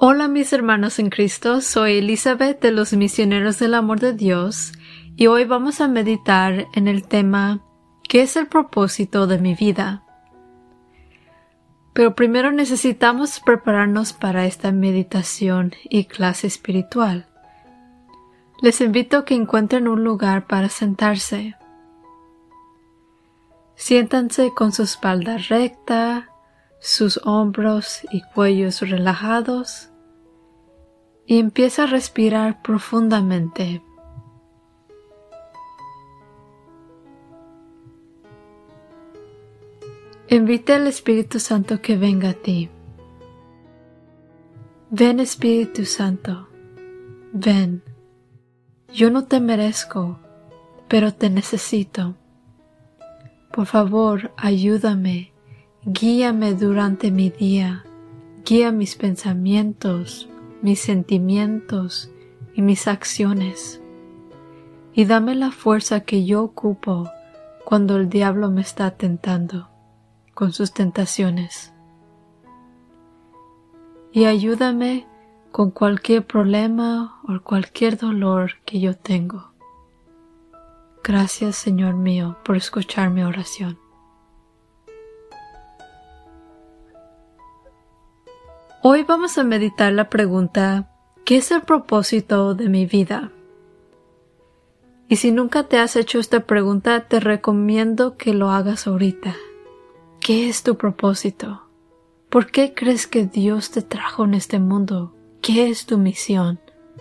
Hola mis hermanos en Cristo, soy Elizabeth de los Misioneros del Amor de Dios y hoy vamos a meditar en el tema ¿qué es el propósito de mi vida? Pero primero necesitamos prepararnos para esta meditación y clase espiritual. Les invito a que encuentren un lugar para sentarse. Siéntanse con su espalda recta, sus hombros y cuellos relajados y empieza a respirar profundamente. Invita al Espíritu Santo que venga a ti. Ven, Espíritu Santo, ven. Yo no te merezco, pero te necesito. Por favor, ayúdame. Guíame durante mi día, guía mis pensamientos, mis sentimientos y mis acciones. Y dame la fuerza que yo ocupo cuando el diablo me está tentando con sus tentaciones. Y ayúdame con cualquier problema o cualquier dolor que yo tengo. Gracias, Señor mío, por escuchar mi oración. Hoy vamos a meditar la pregunta, ¿qué es el propósito de mi vida? Y si nunca te has hecho esta pregunta, te recomiendo que lo hagas ahorita. ¿Qué es tu propósito? ¿Por qué crees que Dios te trajo en este mundo? ¿Qué es tu misión?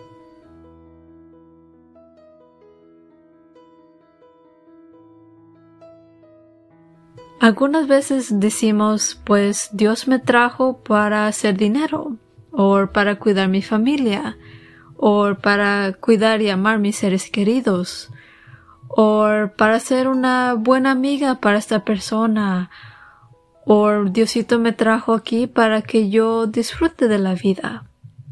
Algunas veces decimos, pues Dios me trajo para hacer dinero, o para cuidar mi familia, o para cuidar y amar mis seres queridos, o para ser una buena amiga para esta persona, o Diosito me trajo aquí para que yo disfrute de la vida.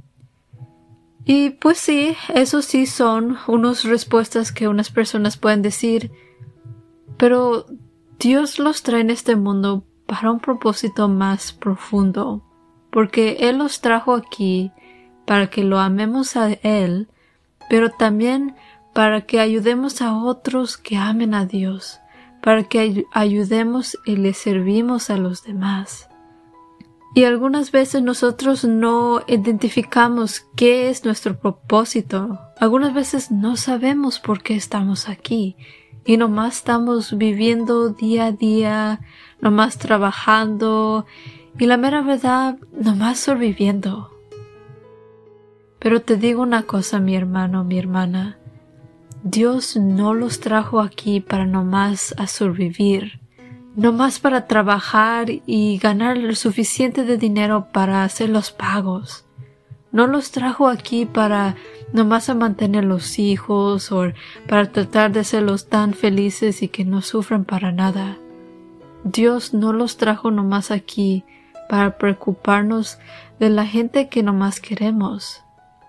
Y pues sí, eso sí son unas respuestas que unas personas pueden decir, pero Dios los trae en este mundo para un propósito más profundo, porque Él los trajo aquí para que lo amemos a Él, pero también para que ayudemos a otros que amen a Dios, para que ayudemos y le servimos a los demás. Y algunas veces nosotros no identificamos qué es nuestro propósito. Algunas veces no sabemos por qué estamos aquí. Y nomás estamos viviendo día a día, nomás trabajando y la mera verdad, nomás sobreviviendo. Pero te digo una cosa, mi hermano, mi hermana. Dios no los trajo aquí para nomás a sobrevivir, nomás para trabajar y ganar lo suficiente de dinero para hacer los pagos. No los trajo aquí para nomás a mantener los hijos o para tratar de hacerlos tan felices y que no sufran para nada. Dios no los trajo nomás aquí para preocuparnos de la gente que nomás queremos.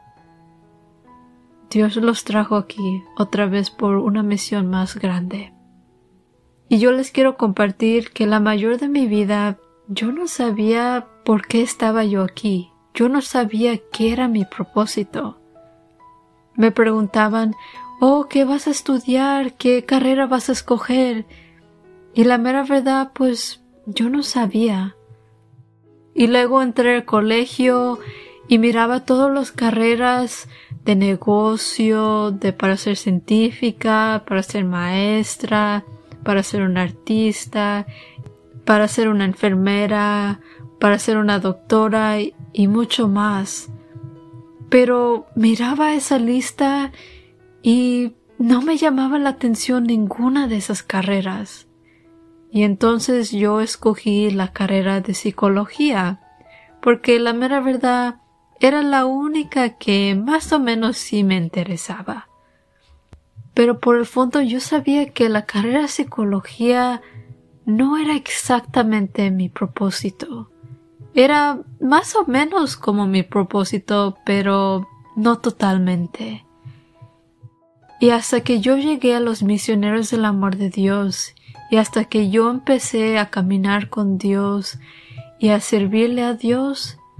Dios los trajo aquí otra vez por una misión más grande. Y yo les quiero compartir que la mayor de mi vida yo no sabía por qué estaba yo aquí. Yo no sabía qué era mi propósito. Me preguntaban, ¿qué vas a estudiar? ¿Qué carrera vas a escoger? Y la mera verdad, pues, yo no sabía. Y luego entré al colegio y miraba todas las carreras de negocio, para ser científica, para ser maestra, para ser una artista, para ser una enfermera, para ser una doctora y mucho más. Pero miraba esa lista y no me llamaba la atención ninguna de esas carreras. Y entonces yo escogí la carrera de psicología, porque la mera verdad era la única que más o menos sí me interesaba. Pero por el fondo yo sabía que la carrera de psicología no era exactamente mi propósito. Era más o menos como mi propósito, pero no totalmente. Y hasta que yo llegué a los Misioneros del Amor de Dios, y hasta que yo empecé a caminar con Dios y a servirle a Dios,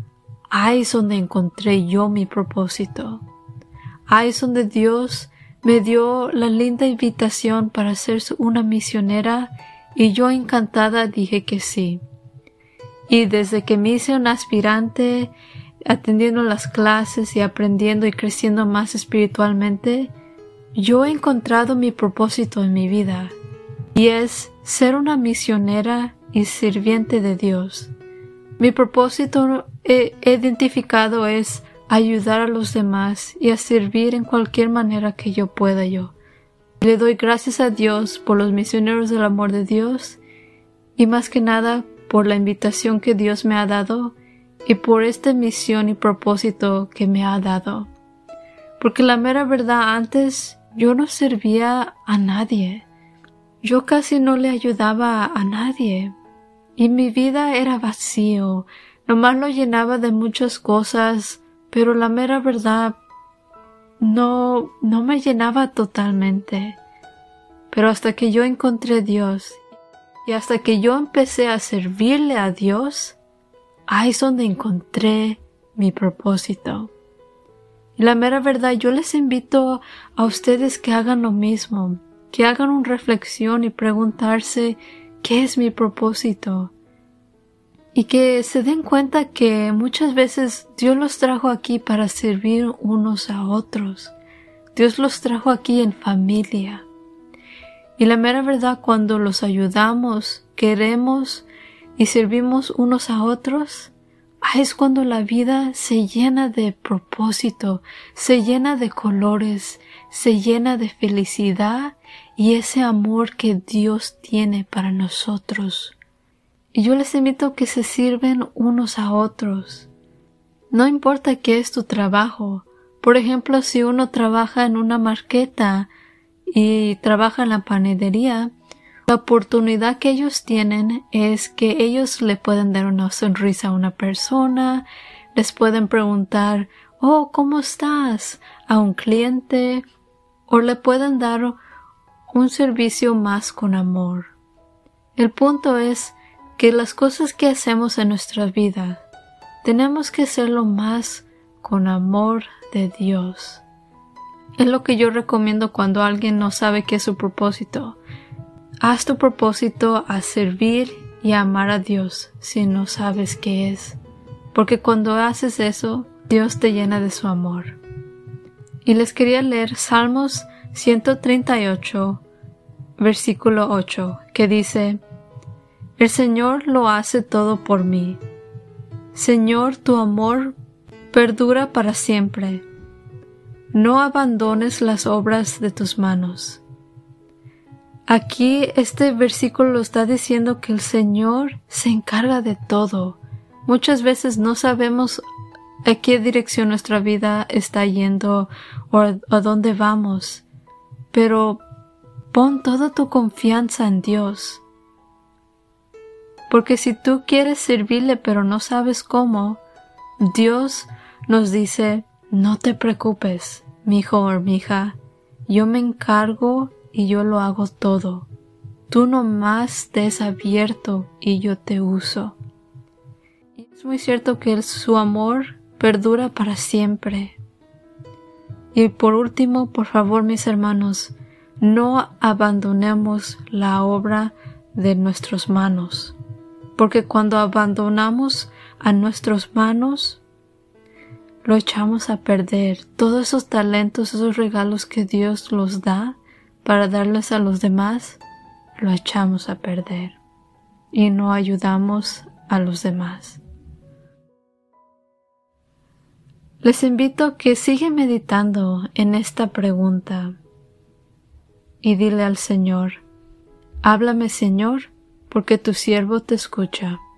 ahí es donde encontré yo mi propósito. Ahí es donde Dios me dio la linda invitación para ser una misionera y yo encantada dije que sí. Y desde que me hice un aspirante, atendiendo las clases y aprendiendo y creciendo más espiritualmente, yo he encontrado mi propósito en mi vida y es ser una misionera y sirviente de Dios. Mi propósito he identificado es ayudar a los demás y a servir en cualquier manera que yo pueda yo. Le doy gracias a Dios por los misioneros del amor de Dios y más que nada por la invitación que Dios me ha dado y por esta misión y propósito que me ha dado. Porque la mera verdad, antes yo no servía a nadie. Yo casi no le ayudaba a nadie. Y mi vida era vacío. Nomás lo llenaba de muchas cosas, pero la mera verdad no me llenaba totalmente. Pero hasta que yo encontré a Dios y hasta que yo empecé a servirle a Dios, ahí es donde encontré mi propósito. Y la mera verdad, yo les invito a ustedes que hagan lo mismo, que hagan una reflexión y preguntarse ¿qué es mi propósito? Y que se den cuenta que muchas veces Dios los trajo aquí para servir unos a otros. Dios los trajo aquí en familia. Y la mera verdad, cuando los ayudamos, queremos y servimos unos a otros, es cuando la vida se llena de propósito, se llena de colores, se llena de felicidad y ese amor que Dios tiene para nosotros. Y yo les invito a que se sirven unos a otros. No importa qué es tu trabajo. Por ejemplo, si uno trabaja en una marqueta y trabaja en la panadería, la oportunidad que ellos tienen es que ellos le pueden dar una sonrisa a una persona, les pueden preguntar, oh, ¿cómo estás? A un cliente, o le pueden dar un servicio más con amor. El punto es que las cosas que hacemos en nuestra vida tenemos que hacerlo más con amor de Dios. Es lo que yo recomiendo cuando alguien no sabe qué es su propósito. Haz tu propósito a servir y a amar a Dios si no sabes qué es. Porque cuando haces eso, Dios te llena de su amor. Y les quería leer Salmos 138, versículo 8, que dice: El Señor lo hace todo por mí. Señor, tu amor perdura para siempre. No abandones las obras de tus manos. Aquí este versículo está diciendo que el Señor se encarga de todo. Muchas veces no sabemos a qué dirección nuestra vida está yendo o a dónde vamos, pero pon toda tu confianza en Dios. Porque si tú quieres servirle pero no sabes cómo, Dios nos dice, no te preocupes, mi hijo o mi hija, yo me encargo y yo lo hago todo. Tú nomás estés abierto y yo te uso. Y es muy cierto que su amor perdura para siempre. Y por último, por favor, mis hermanos, no abandonemos la obra de nuestras manos. Porque cuando abandonamos a nuestras manos, lo echamos a perder. Todos esos talentos, esos regalos que Dios los da para darles a los demás, lo echamos a perder. Y no ayudamos a los demás. Les invito a que sigan meditando en esta pregunta y dile al Señor, háblame, Señor, porque tu siervo te escucha.